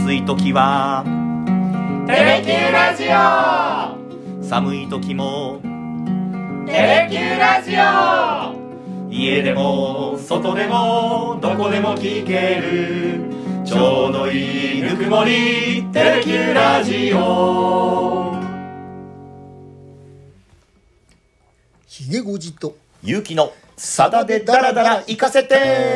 暑い時はテレキューラジオ、 寒い時もテレキューラジオ、 家でも外でもどこでも聞けるちょうどいいぬくもりテレキューラジオ。 ひげごじとゆうきのサダでダラダラ行かせて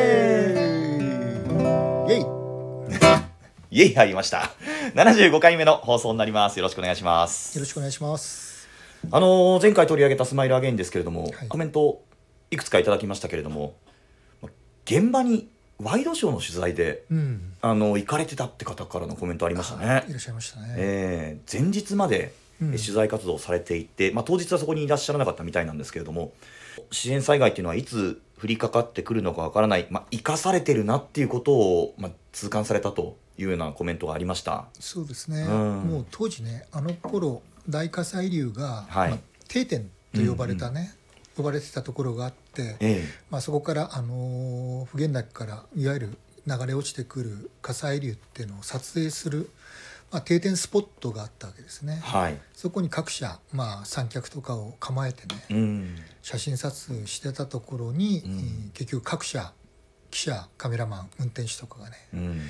イエイイエイ入りました75回目の放送になります。よろしくお願いします。 よろしくお願いします。 前回取り上げたスマイルアゲインですけれども、 はい、 コメントいくつかいただきましたけれども、現場にワイドショーの取材で、行かれてたって方からのコメントありましたね。 いらっしゃいましたね。 前日まで取材活動をされていて、当日はそこにいらっしゃらなかったみたいなんですけれども、自然災害っていうのはいつ降りかかってくるのかわからない、生かされてるなっていうことを、痛感されたというようなコメントがありました。 そうですね、もう当時ね、あの頃大火砕流が、定点と呼ばれたね、呼ばれてたところがあって、そこから、普賢岳からいわゆる流れ落ちてくる火砕流っていうのを撮影する、定点スポットがあったわけですね。そこに各社、三脚とかを構えてね、写真撮影してたところに、結局各社記者、カメラマン、運転手とかがね、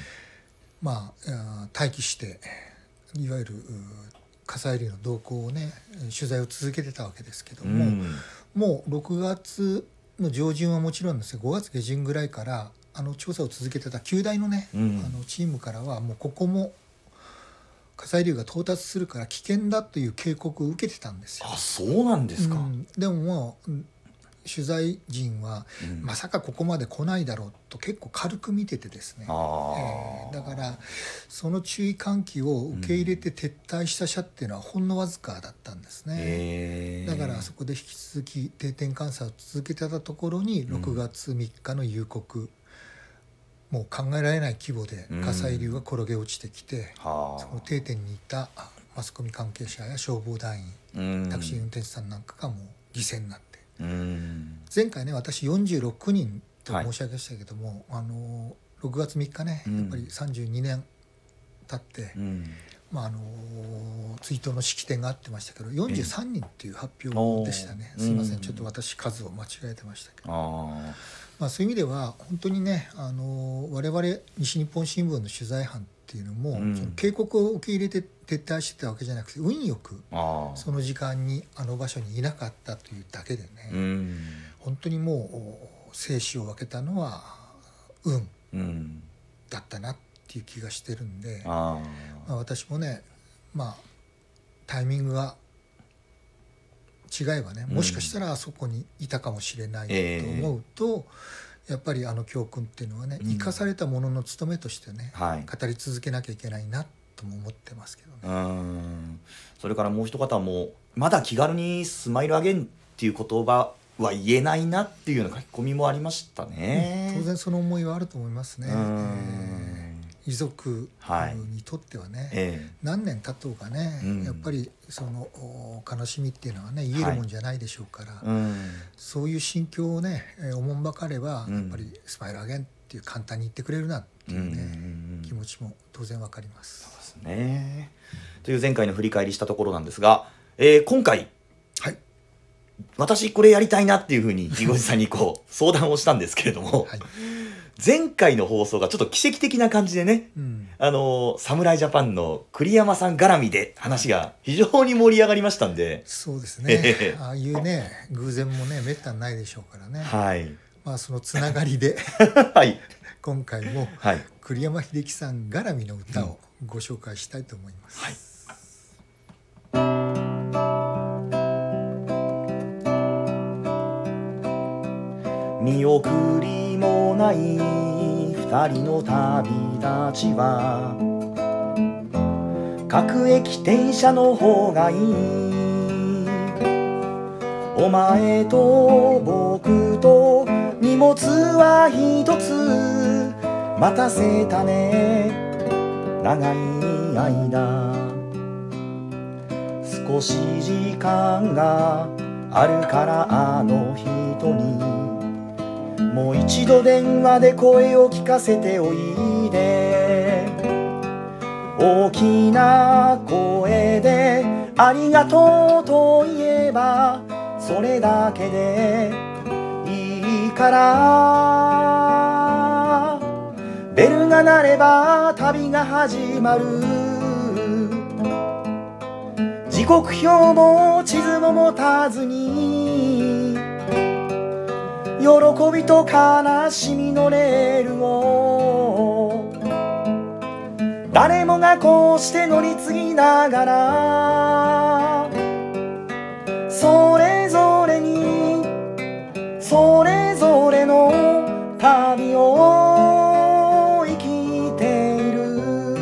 待機していわゆる火砕流の動向をね取材を続けてたわけですけども、もう6月の上旬はもちろんですが5月下旬ぐらいから調査を続けてた9大のね、チームからはもうここも火砕流が到達するから危険だという警告を受けてたんですよ。 あ、そうなんですか。 でももう取材陣は、まさかここまで来ないだろうと結構軽く見ててですね、だからその注意喚起を受け入れて撤退した社っていうのはほんのわずかだったんですね。だからそこで引き続き定点監査を続けてたところに6月3日の夕刻、もう考えられない規模で火砕流が転げ落ちてきて、その定点にいたマスコミ関係者や消防団員、タクシー運転手さんなんかがもう犠牲になって、前回ね私46人と申し上げましたけども、6月3日ね、やっぱり32年経って、追悼の式典があってましたけど43人っていう発表でしたね。すいません、ちょっと私数を間違えてましたけど、そういう意味では本当にね、我々西日本新聞の取材班っていうのも、その警告を受け入れて撤退してたわけじゃなくて、運よくその時間にあの場所にいなかったというだけでね、本当にもう生死を分けたのは運だったなっていう気がしてるんで、私もね、タイミングが違えばね、もしかしたらあそこにいたかもしれないと思うと、やっぱり教訓っていうのはね、生かされたものの務めとしてね、語り続けなきゃいけないなとも思ってますけどね。 それからもう一方もまだ気軽にスマイルアゲインっていう言葉は言えないなっていうような書き込みもありましたね。 当然その思いはあると思いますね。遺族にとってはね、何年経とうかね、やっぱりその悲しみっていうのはね言えるもんじゃないでしょうから、そういう心境をねおもんばかれば、やっぱりスマイルアゲインっていう簡単に言ってくれるなっていうね、気持ちも当然わかります。 そうですね。という前回の振り返りしたところなんですが、今回、私これやりたいなっていうふうにひごじさんに相談をしたんですけれども、前回の放送がちょっと奇跡的な感じでね、侍ジャパンの栗山さん絡みで話が非常に盛り上がりましたんで。 そうですね、ああいうね偶然もねめったにないでしょうからね、そのつながりで、今回も栗山英樹さん絡みの歌をご紹介したいと思います。 見送りもない二人の旅立ちは各駅停車の方がいい。お前と僕と荷物は一つ待たせたね長い間。少し時間があるからあの人にもう一度電話で声を聞かせておいで。 大きな声でありがとうと言えばそれだけでいいから、ベルが鳴れば旅が始まる。時刻表も地図も持たずに喜びと悲しみのレールを誰もがこうして乗り継ぎながら、それぞれにそれぞれの旅を生きている。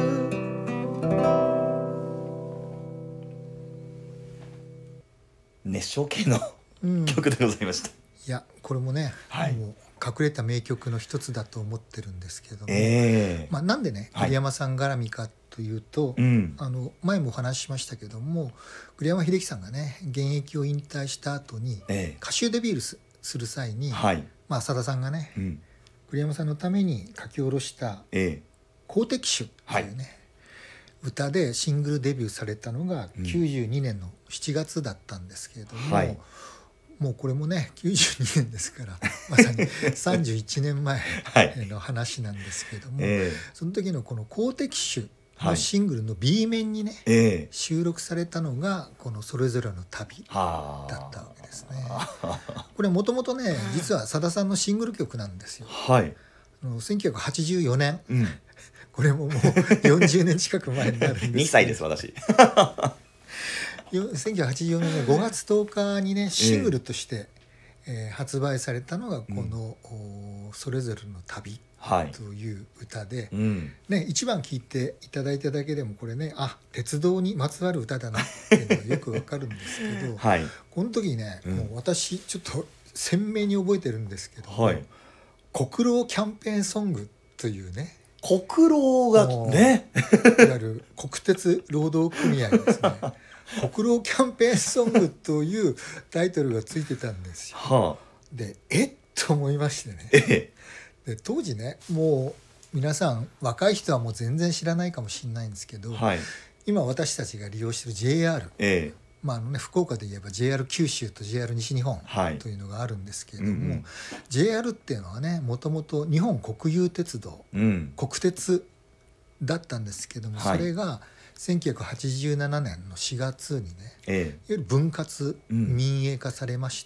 熱唱系の曲でございました。 いやこれもね、 はい、 もう隠れた名曲の一つだと思ってるんですけども、まあ、なんでね栗山さん絡みかというと、前もお話ししましたけども、栗山英樹さんがね現役を引退した後に、歌手デビューする際に、まあ、浅田さんがね、栗山さんのために書き下ろした「好敵手」というね、歌でシングルデビューされたのが92年の7月だったんですけれども、もうこれもね92年ですからまさに31年前の話なんですけれども、その時のこの「好敵手」のシングルの B 面にね、収録されたのがこの「それぞれの旅」だったわけですね。これもともとね実はさださんのシングル曲なんですよ。1984年、これももう40年近く前になるんですけど 2歳です私 1984年の5月10日にねシングルとして、発売されたのがこの「それぞれの旅」という歌で、一番聴いていただいただけでもこれね、鉄道にまつわる歌だなっていうのがよくわかるんですけど、この時ね、もう私ちょっと鮮明に覚えてるんですけど、国労キャンペーンソングというね、 国労がねいわゆる国鉄労働組合ですね国労キャンペーンソングというタイトルがついてたんですよ。でと思いましてね、で当時ねもう皆さん若い人はもう全然知らないかもしれないんですけど、今私たちが利用している JR、福岡で言えば JR 九州と JR 西日本というのがあるんですけれども、JR っていうのはねもともと日本国有鉄道、国鉄だったんですけども、それが1987年の4月にね、いわゆる分割民営化されまして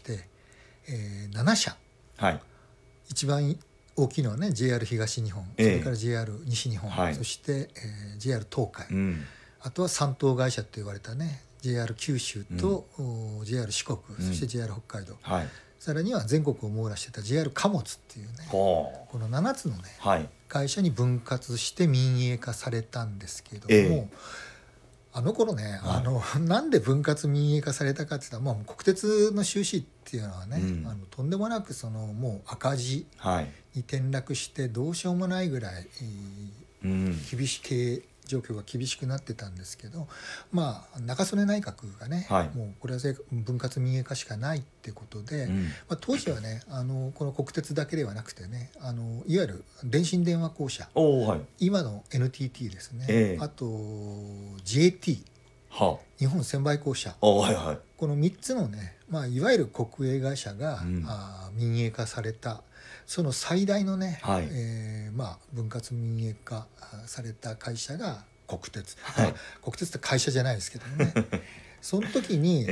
、7社、一番大きいのはね JR 東日本、それから JR 西日本、そして、JR 東海、あとは3等会社と言われたね JR 九州と、JR 四国、そして JR 北海道、さらには全国を網羅してた JR 貨物っていうね、この7つのね、会社に分割して民営化されたんですけども、あの頃ね、なんで分割民営化されたかって言ったら、もう国鉄の収支っていうのはね、とんでもなくもう赤字に転落してどうしようもないぐらい、厳しい経営状況が厳しくなってたんですけど、中曽根内閣がね、もうこれは分割民営化しかないってことで、当時はねこの国鉄だけではなくてね、いわゆる電信電話公社、今の NTT ですね、あと JT、日本専売公社、この3つのね、いわゆる国営会社が、民営化されたその最大のね、分割民営化された会社が国鉄、国鉄って会社じゃないですけどねその時に、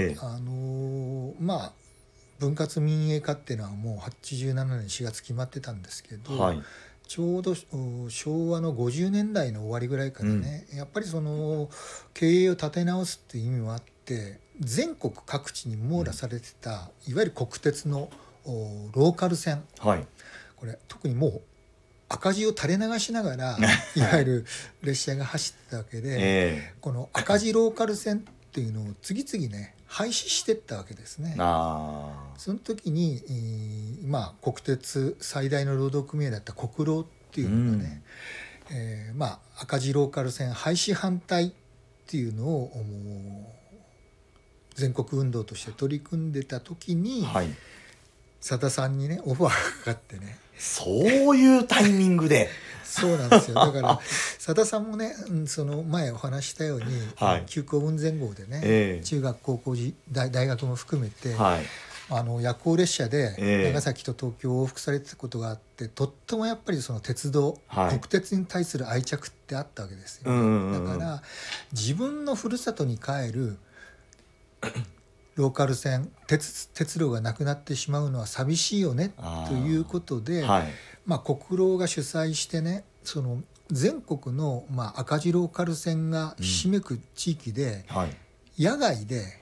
分割民営化っていうのはもう87年4月決まってたんですけど、ちょうど昭和の50年代の終わりぐらいからね、やっぱりその経営を立て直すっていう意味もあって全国各地に網羅されてた、いわゆる国鉄のローカル線、これ特にもう赤字を垂れ流しながらいわゆる列車が走ってたわけで、この赤字ローカル線っていうのを次々ね廃止していったわけですね。その時に、国鉄最大の労働組合だった国労っていうのがね、赤字ローカル線廃止反対っていうのを全国運動として取り組んでた時に、 佐田さんにねオファーがかかってね。 そういうタイミングでそうなんですよ。だから佐田さんもね、その前お話したように、 はい、 休校運前後でね、中学高校大学も含めて、はい、夜行列車で長崎と東京を往復されてたことがあって、とってもやっぱりその鉄道、国鉄に対する愛着ってあったわけですよね。だから自分のふるさとに帰るローカル線鉄路がなくなってしまうのは寂しいよねということで、国労が主催してね、その全国の赤字ローカル線がひしめく地域で、野外で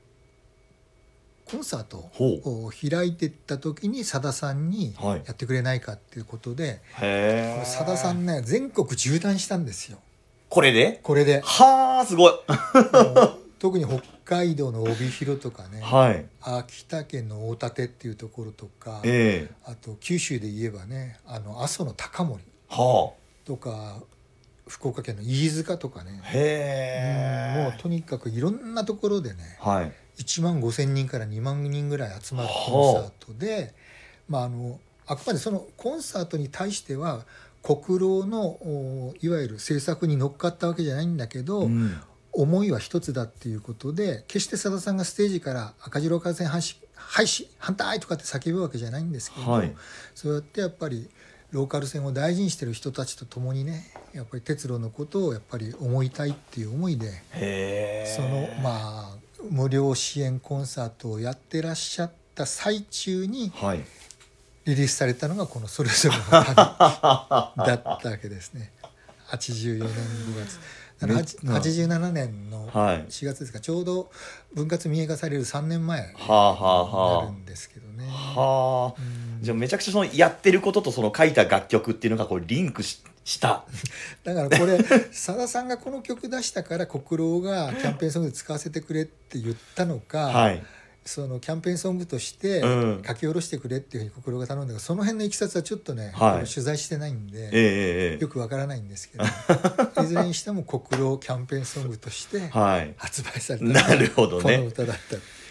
コンサートを開いてった時に佐田さんにやってくれないかっていうことで、佐田さんね全国縦断したんですよ。これではあ、すごい特に北海道の帯広とかね、秋田県の大館っていうところとか、あと九州で言えばね阿蘇の高森とか、福岡県の飯塚とかね、もうとにかくいろんなところでね、1万5,000人から2万人ぐらい集まるコンサートで、あくまでそのコンサートに対しては国労のいわゆる政策に乗っかったわけじゃないんだけど、思いは一つだっていうことで、決して佐田さんがステージから赤字ローカル線廃止反対とかって叫ぶわけじゃないんですけど、そうやってやっぱりローカル線を大事にしてる人たちと共にね、やっぱり鉄路のことをやっぱり思いたいっていう思いで、その無料支援コンサートをやってらっしゃった最中にリリースされたのがこのそれぞれの旅だったわけですね。84年5月87年の4月ですか、ちょうど分割民営化される3年前になるんですけどね。 じゃあめちゃくちゃそのやってることとその書いた楽曲っていうのがこうリンクしただからこれ佐田さんがこの曲出したから国労がキャンペーンソングで使わせてくれって言ったのか、そのキャンペーンソングとして書き下ろしてくれっていうふうに国労が頼んだけど、その辺のいきさつはちょっとね、取材してないんで、よくわからないんですけど、いずれにしても国労キャンペーンソングとして発売されたのがこの歌だった。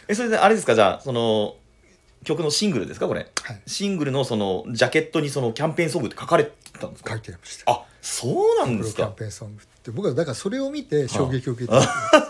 それであれですか、じゃあその曲のシングルですかこれ、シングルのそのジャケットにそのキャンペーンソングって書かれてたんですか？ 書いてありました。 あ、そうなんですか。 キャンペーンソングって僕はだからそれを見て衝撃を受けて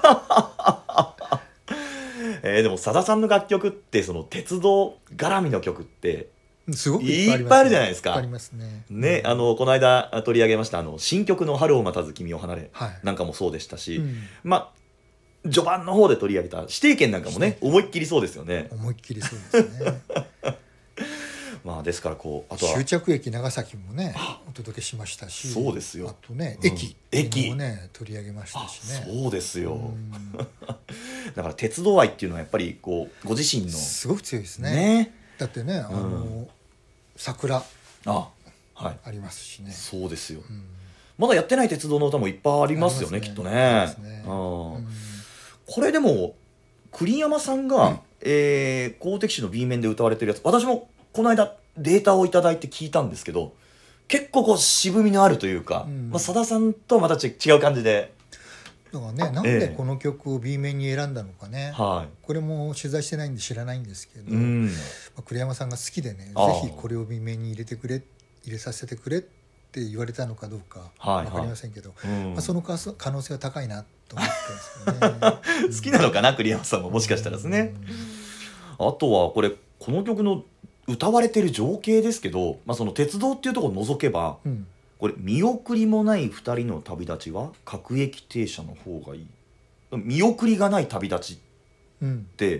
でも佐田さんの楽曲ってその鉄道絡みの曲ってすごくいっぱいあるじゃないですか。 ありますね。 この間取り上げました新曲の春を待たず君を離れなんかもそうでしたし、序盤の方で取り上げた指定券なんかもね、思いっきりそうですよね。 思いっきりそうですね。 ですからこうあとは終着駅長崎もねお届けしましたし、 そうですよ。 あとね、駅もね取り上げましたしね。 そうですよ。だから鉄道愛っていうのはやっぱりこうご自身のすごく強いですね。だってね桜ありますしね。 そうですよ。まだやってない鉄道の歌もいっぱいありますよね、きっとね。これでも栗山さんが公的誌の B 面で歌われてるやつ、私もこの間データをいただいて聞いたんですけど、結構こう渋みのあるというか、佐田さんとはまた違う感じで。 だからね、なんでこの曲を B 面に選んだのかね、これも取材してないんで知らないんですけど、栗山さんが好きでね、ぜひこれを B 面に入れさせてくれって言われたのかどうか分かりませんけど、その可能性は高いなと思ってますよね。 好きなのかな、栗山さんももしかしたらですね。あとはこの曲の歌われてる情景ですけど、その鉄道っていうところを除けば、これ見送りもない2人の旅立ちは各駅停車の方がいい。見送りがない旅立ちって、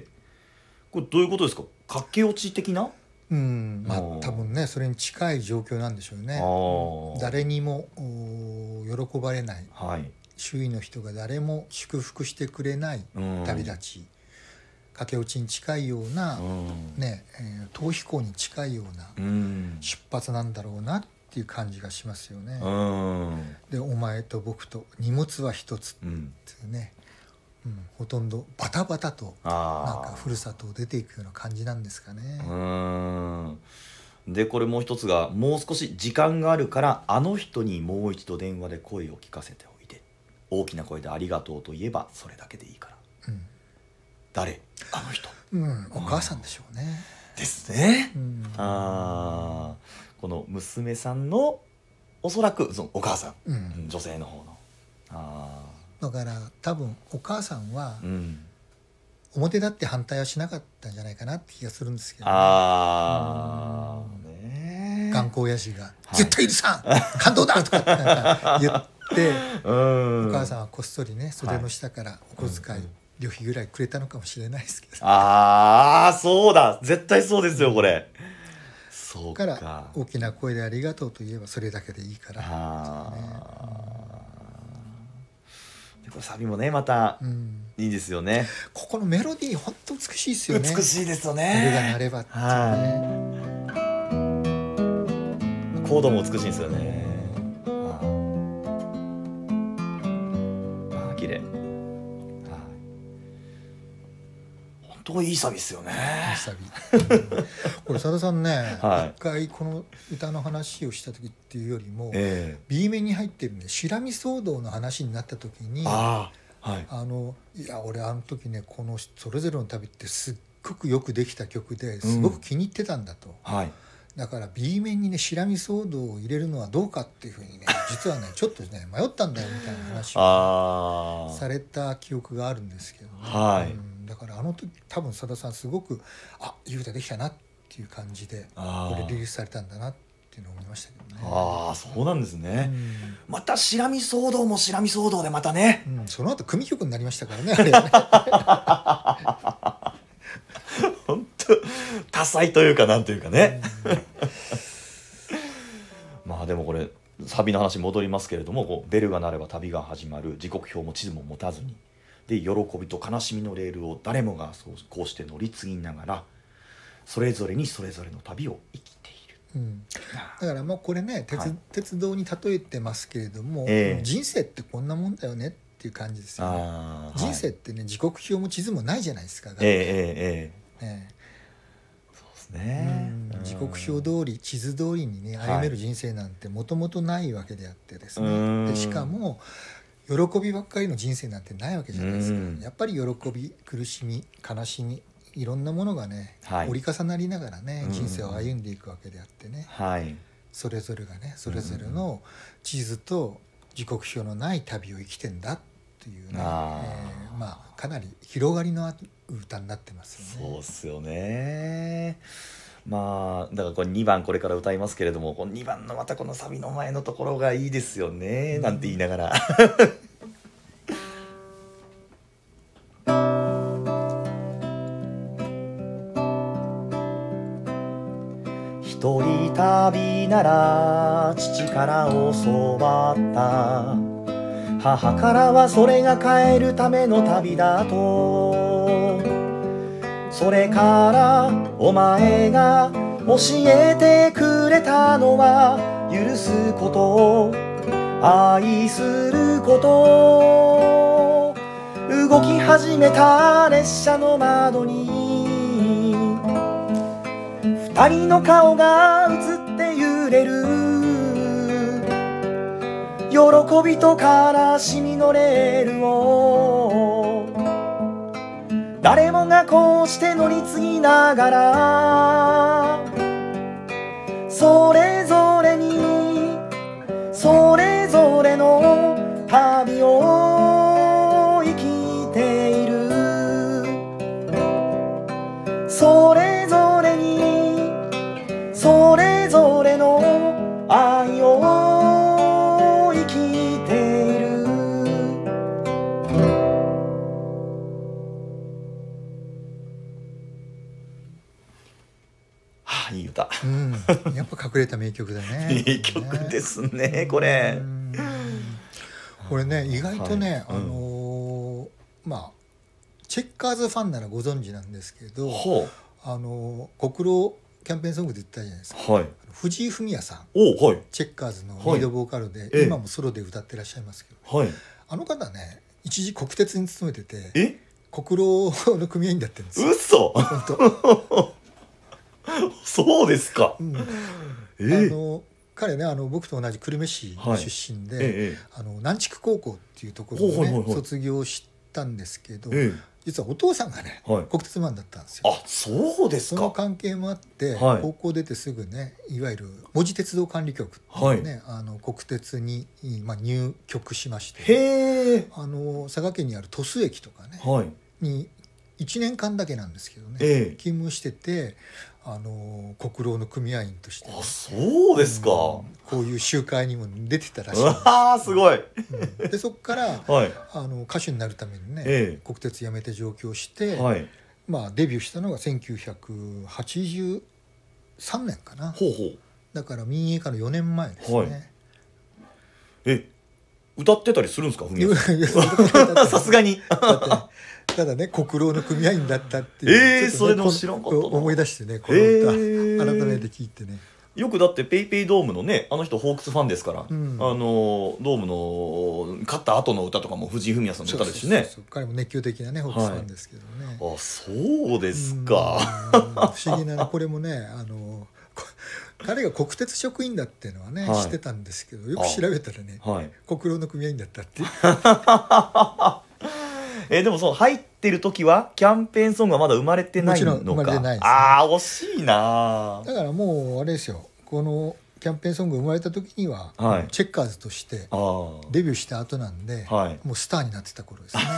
これどういうことですか？駆け落ち的な？ 多分ねそれに近い状況なんでしょうね。誰にも喜ばれない、周囲の人が誰も祝福してくれない旅立ち、駆け落ちに近いような、逃避行に近いような出発なんだろうなっていう感じがしますよね。で、お前と僕と荷物は一つっていうね、ほとんどバタバタとなんかふるさとを出ていくような感じなんですかね。 でこれもう一つが、もう少し時間があるからあの人にもう一度電話で声を聞かせておいて、大きな声でありがとうと言えばそれだけでいいから。誰？あの人。 お母さんでしょうね。 ですね。 うん、 この娘さんのおそらくそのお母さん、 うん、 女性の方のだから多分お母さんはうん、 表立って反対はしなかったんじゃないかなって気がするんですけど、ね、 ね頑固親父が「 はい絶対許さん感動だ!」とかってなんか言ってうんお母さんはこっそりね袖の下からお小遣い、旅費ぐらいくれたのかもしれないですけど、 そうだ絶対そうですよこれ、そうかから大きな声でありがとうと言えばそれだけでいいから、 でこれサビもねまたいいですよね、 ここのメロディー本当美しいですよね。 美しいですよね。 夜が鳴ればっていうね、 コードも美しいんですよね。綺麗。本当いいサビですよね。 いいサビこれ佐田さんね、 はい、 一回この歌の話をした時っていうよりも、 B 面に入ってるねシラミ騒動の話になった時にはい、 いや俺あの時ねこのそれぞれの旅ってすっごくよくできた曲ですごく気に入ってたんだと、 はい、 だから B 面にねシラミ騒動を入れるのはどうかっていうふうにね実はねちょっとね迷ったんだよみたいな話をされた記憶があるんですけどね、 はい、 だからあの時多分佐田さんすごくいい歌できたなっていう感じでこれリリースされたんだなっていうのを思いましたけどね。 そうなんですね、またシラミ騒動もシラミ騒動でまたね、 その後組曲になりましたからねあれね本当多彩というかなんというかねまあでもこれサビの話戻りますけれども、ベルが鳴れば旅が始まる、時刻表も地図も持たずにで喜びと悲しみのレールを誰もがこうして乗り継ぎながらそれぞれにそれぞれの旅を生きている、 だからもうこれね鉄道に例えてますけれども、人生ってこんなもんだよねっていう感じですよね。人生ってね時刻表も地図もないじゃないですか。そうですね、 時刻表通り地図通りにね歩める人生なんてもともとないわけであってですね、でしかも喜びばっかりの人生なんてないわけじゃないですか。やっぱり喜び苦しみ悲しみいろんなものがね、折り重なりながらね人生を歩んでいくわけであってね、それぞれがねそれぞれの地図と時刻表のない旅を生きてんだっていうね、かなり広がりのある歌になってますよね。 そうっすよね。まあだからこれ2番これから歌いますけれども、この2番のまたこのサビの前のところがいいですよね、なんて言いながら一人旅なら父から教わった、母からはそれが帰るための旅だと、それからお前が教えてくれたのは許すこと愛すること、動き始めた列車の窓に二人の顔が映って揺れる、喜びと悲しみのレールを誰もがこうして乗り継ぎながら、それぞれにそれぞれの旅を生きている、それぞれにそれぞれの愛を生きている。いい歌、 やっぱ隠れた名曲だねいい曲ですねこれ。 これね意外とね、チェッカーズファンならご存知なんですけど、国労キャンペーンソングで言ったじゃないですか、藤井フミヤさん、チェッカーズのリードボーカルで、今もソロで歌ってらっしゃいますけど、あの方ね一時国鉄に勤めてて国労の組合員だってるんですよ。 嘘本当そうですか。 彼ね僕と同じ久留米市出身で、南筑高校っていうところをね、卒業したんですけど、 実はお父さんがね、 はい、 国鉄マンだったんですよ。 あ、そうですか。 その関係もあって、 はい、 高校出てすぐね、いわゆる門司鉄道管理局っていうね、はい、国鉄に、入局しまして、 へー、佐賀県にある鳥栖駅とかね、 はい、 に1年間だけなんですけどね、勤務してて、国労の組合員として、ね、 あ、そうですか、 こういう集会にも出てたらしいんです。 あ、すごい、 でそこから、はい、歌手になるためにね、国鉄辞めて上京して、はい、デビューしたのが1983年かな。 ほうほう。 だから民営化の4年前ですね、 はい、歌ってたりするんですか、文也さん。さすがにただね、国労の組合員だったっていう、 ね、それでも知らんかったな。 思い出してね、この歌、改めて聞いてね。 よくだってペイペイドームのね、あの人ホークスファンですから、ドームの勝った後の歌とかも藤井フミヤさんの歌ですしね。 そう彼も熱狂的なねホークスファンですけどね、 あ、そうですか。 不思議なこれもね、彼が国鉄職員だっていうのはね、知ってたんですけど、よく調べたらね、国労の組合員だったっていう。 でもその入ってる時はキャンペーンソングはまだ生まれてないのか。 もちろん生まれてないです、ね、 ああ、惜しいな。 だからもうあれですよ、このキャンペーンソング生まれた時には、チェッカーズとしてデビューした後なんで、もうスターになってた頃ですね。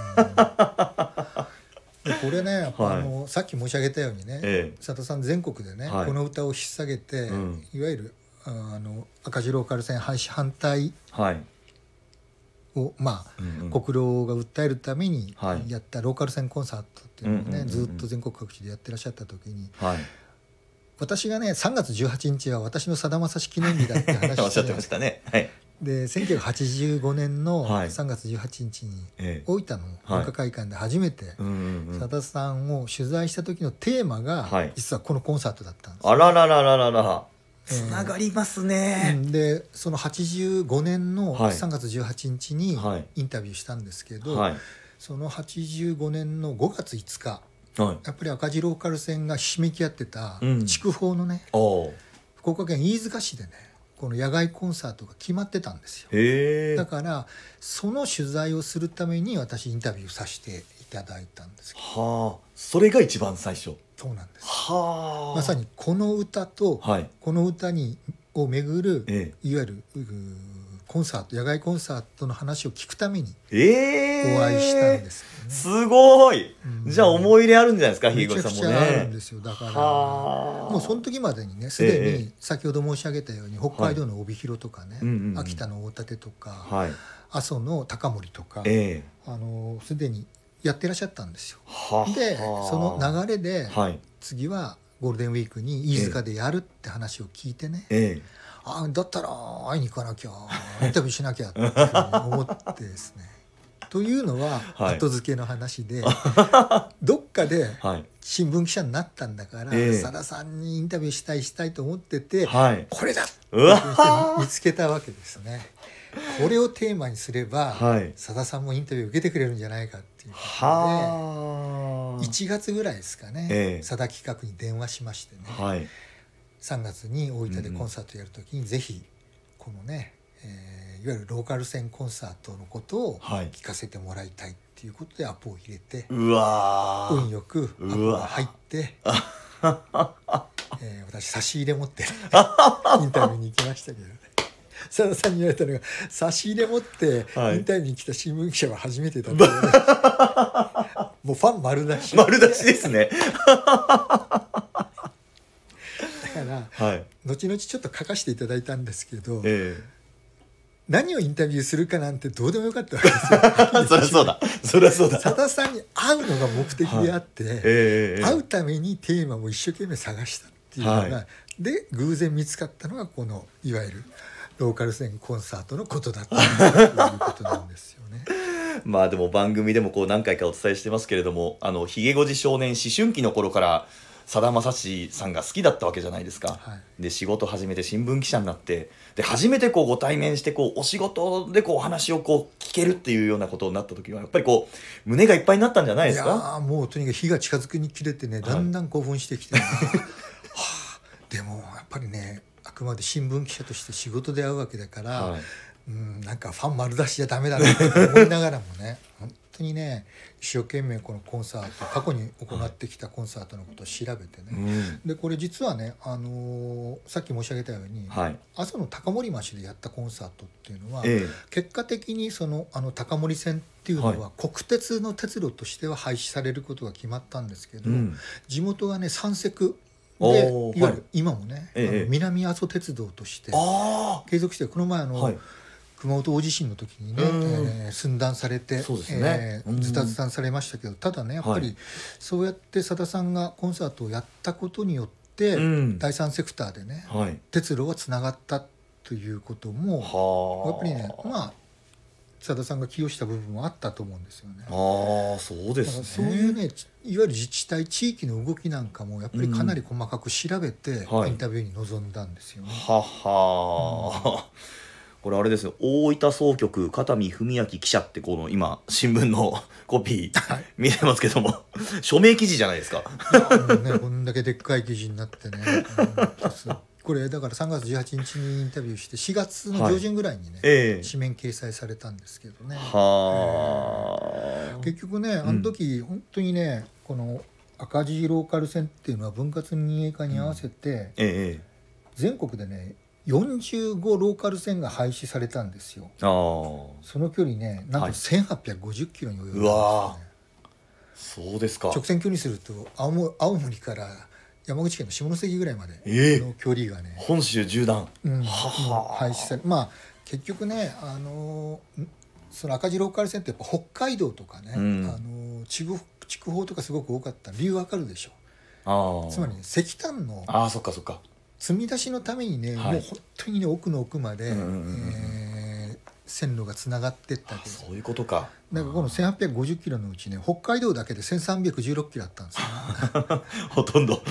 でこれね、やっぱさっき申し上げたようにね、佐田さん全国でね、この歌を引っ提げて、いわゆる赤字ローカル線廃止反対を、国労が訴えるためにやったローカル線コンサートっていうのをね、ずっと全国各地でやってらっしゃった時に、私がね3月18日は私のさだまさし記念日だって話しておっしゃってましたね。はい、 で1985年の3月18日に大分の文化会館で初めてさださんを取材した時のテーマが実はこのコンサートだったんです。 あらららららら、つながりますね。 でその85年の3月18日にインタビューしたんですけど、その85年の5月5日、やっぱり赤字ローカル線がひしめき合ってた筑豊のね、福岡県飯塚市でね、この野外コンサートが決まってたんですよ。だからその取材をするために私インタビューさせていただいたんですけど、 それが一番最初。 そうなんです。まさにこの歌と、この歌をめぐる、いわゆるコンサート、野外コンサートの話を聞くためにお会いしたんですよね。 すごい、じゃあ思い入れあるんじゃないですか、ひいごさんもね。 めちゃくちゃあるんですよ。だからもうその時までにね、すでに先ほど申し上げたように北海道の帯広とかね、秋田の大館とか、阿蘇の高森とか、すでにやってらっしゃったんですよ。でその流れで、次はゴールデンウィークに飯塚でやるって話を聞いてね、だったら会いに行かなきゃ、インタビューしなきゃっていうふうに思ってですねというのは後付けの話で、どっかで新聞記者になったんだから、さださんにインタビューしたいと思ってて、これだって見つけたわけですね。これをテーマにすればさださんもインタビュー受けてくれるんじゃないかっていうことで、1月ぐらいですかね、さだ企画に電話しましてね、3月に大分でコンサートやるときにぜひこのね、いわゆるローカル線コンサートのことを聞かせてもらいたいっていうことでアポを入れて、運よくアポが入って私差し入れ持ってインタビューに行きましたけどね、さださんに言われたのが、差し入れ持ってインタビューに来た新聞記者は初めてだった、もうファン丸出しですね。 だから、後々ちょっと書かせていただいたんですけど、何をインタビューするかなんてどうでもよかったわけですよ。 そりゃそうだ、そりゃそうだ。 さださんに会うのが目的であって、会うためにテーマも一生懸命探したっていうのが、で偶然見つかったのがこのいわゆるローカル線コンサートのことだったということなんですよね。 まあでも番組でもこう何回かお伝えしてますけれども、ひげごじ少年思春期の頃からさだまさしさんが好きだったわけじゃないですか。で仕事始めて新聞記者になって、で初めてこうご対面してお仕事でお話を聞けるっていうようなことになった時はやっぱり胸がいっぱいになったんじゃないですか。 いやもうとにかく日が近づくにつれてね、だんだん興奮してきて、でもやっぱりね、あくまで新聞記者として仕事で会うわけだから、 なんかファン丸出しじゃダメだなって思いながらもね本当にね一生懸命このコンサート過去に行ってきたコンサートのことを調べてね、でこれ実はね、さっき申し上げたように、阿蘇の高森町でやったコンサートっていうのは、結果的にその高森線っていうのは国鉄の鉄路としては廃止されることが決まったんですけど、地元がね三石でいわゆる今もね、南阿蘇鉄道として継続して、この前熊本大地震の時にね、寸断されて、ズタズタされましたけど、ただねやっぱりそうやってさださんがコンサートをやったことによって、第三セクターでね、鉄路はつながったということもやっぱりね、さださんが寄与した部分もあったと思うんですよね。 そうですね。 そういうね、いわゆる自治体地域の動きなんかもやっぱりかなり細かく調べて、インタビューに臨んだんですよね。 これあれですよ、大分総局片見文明記者ってこの今新聞のコピー見えますけども署名記事じゃないですか。 こんだけでっかい記事になってね、これだから3月18日にインタビューして4月の上旬ぐらいにね、紙面掲載されたんですけどね。結局ね、あの時本当にね、この赤字ローカル線っていうのは分割民営化に合わせて、全国でね45ローカル線が廃止されたんですよ。その距離ね、なんと1850キロに及ぶんですよね。 そうですか。 直線距離すると青森から山口県の下関ぐらいまでの距離がね、 本州縦断、 廃止され、結局ね、その赤字ローカル線ってやっぱ北海道とかね、筑豊とかすごく多かった理由わかるでしょ。つまりね、石炭の積み出しのためにね、もう本当にね奥の奥まで線路がつながっていったわけです。 そういうことか。 だからこの1850キロのうちね、北海道だけで1316キロあったんですよ。 ほとんど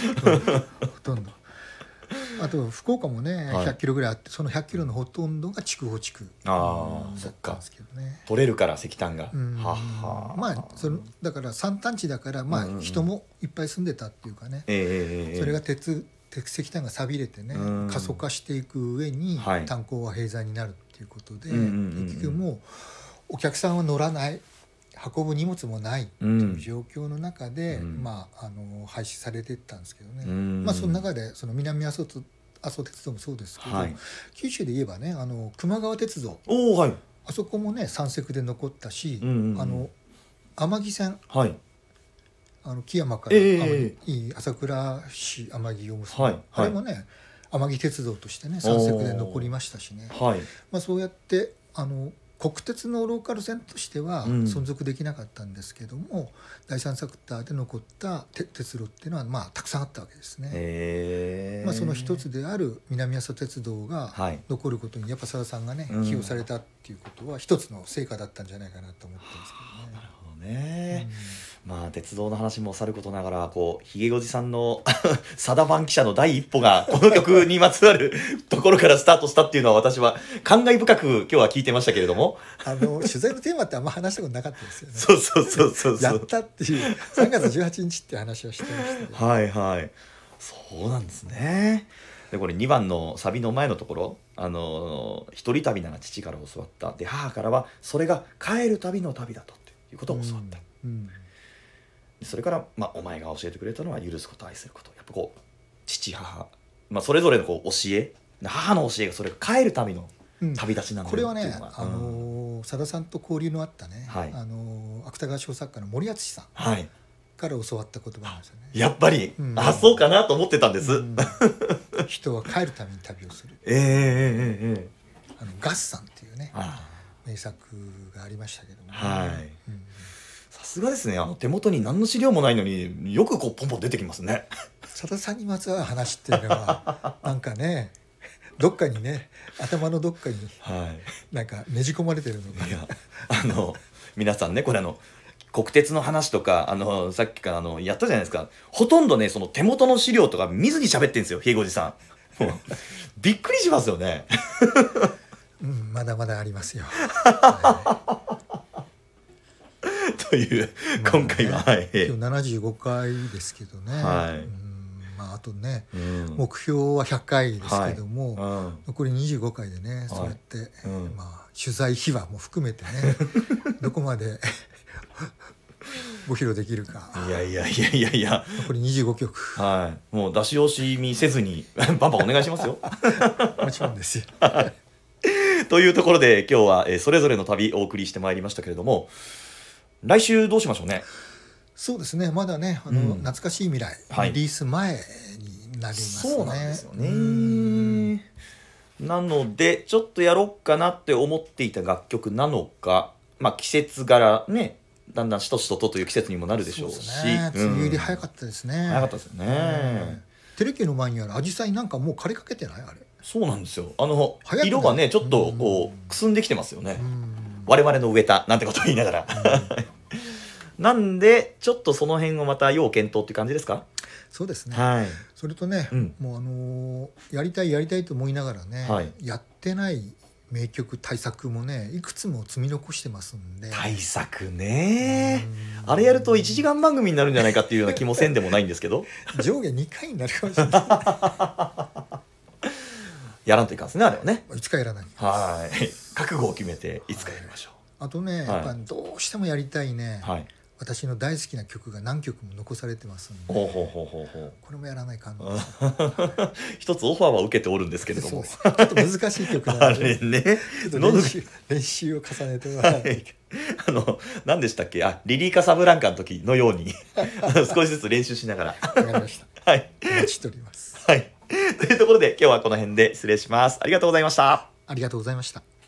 あと福岡もね、100キロぐらいあって、その100キロのほとんどが筑豊地区だったんですけどね。 取れるから石炭が、 だから山間地だから、人もいっぱい住んでたっていうかね、それが石炭が錆びれてね、過疎化していく上に炭鉱は閉鎖になるっていうことで、結局もうお客さんは乗らない、運ぶ荷物もないっていう状況の中で、廃止されていったんですけどね。その中でその南阿蘇鉄道もそうですけど、九州で言えばね、球磨川鉄道、あそこもね三石で残ったし、天城線、木山から朝倉市天城を結ぶ、あれもね天城鉄道としてね三石で残りましたしね。そうやって国鉄のローカル線としては存続できなかったんですけども、第三セクターで残った鉄路っていうのはたくさんあったわけですね。その一つである南阿蘇鉄道が残ることにやっぱさださんがね起用されたっていうことは一つの成果だったんじゃないかなと思ってますけどね。 なるほどね。鉄道の話もさることながら、ひげごじさんのさだ番記者の第一歩がこの曲にまつわるところからスタートしたっていうのは、私は感慨深く今日は聞いてましたけれども、 取材のテーマってあんま話したことなかったですよね。 そうやったっていう3月18日って話をしてましたけど、 そうなんですね。でこれ2番のサビの前のところ、一人旅なら父から教わった、で母からはそれが帰る旅の旅だということを教わった、それから、お前が教えてくれたのは許すこと、愛すること。やっぱ父母、それぞれの教え、母の教えがそれが帰る旅の旅立ちなんだよっていうのが、 これはね、さださんと交流のあったね、芥川賞作家の森敦さんから教わった言葉なんですよね。 やっぱり、そうかなと思ってたんです。 人は帰るために旅をする。ガッサンっていうね名作がありましたけども、 さすがですね。手元に何の資料もないのによくポンポン出てきますね。 さださんにまつわる話っていうのはなんかね、どっかにね、頭のどっかになんかねじ込まれてるのが、 皆さんね、これ国鉄の話とかさっきからやったじゃないですか。ほとんどねその手元の資料とか見ずに喋ってるんですよ、ひげごじさん。びっくりしますよね。 まだまだありますよ。 という今回は、 今日75回ですけどね、ああとね、目標は100回ですけども、残り25回でね、そうやって、取材秘話も含めてねどこまでご披露できるか。 いや残り25曲、 もう出し惜しみせずにバンバンお願いしますよもちろんですよというところで今日はそれぞれの旅お送りしてまいりましたけれども、来週どうしましょうね。 そうですね、まだね懐かしい未来、リリース前になりますね。 そうなんですよね。なのでちょっとやろうかなって思っていた楽曲なのか、季節柄ね、だんだんしとしとという季節にもなるでしょうし、 梅雨入り早かったですね。 早かったですよね。 テレキの前にあるアジサイなんかもう枯れかけてない？あれそうなんですよ。色がねちょっとこうくすんできてますよね。我々の植えたなんてことを言いながらなんでちょっとその辺をまた要検討っていう感じですか。 そうですね、それとね、もうやりたいと思いながらね、やってない名曲対策もねいくつも積み残してますんで。 対策ね、あれやると1時間番組になるんじゃないかっていうような気もせんでもないんですけど上下2回になるかもしれないやらんといかんですね、あれはね。 いつかやらない。 覚悟を決めていつかやりましょう。 あとね、やっぱどうしてもやりたいね、私の大好きな曲が何曲も残されてますんで、これもやらないかんの一つオファーは受けておるんですけれども、 ちょっと難しい曲なのであれね、 練習を重ねてもらわないと。 何でしたっけ、リリーカサブランカの時のように少しずつ練習しながら。 わかりました。お待ちしております。 というところで今日はこの辺で失礼します。ありがとうございました。 ありがとうございました。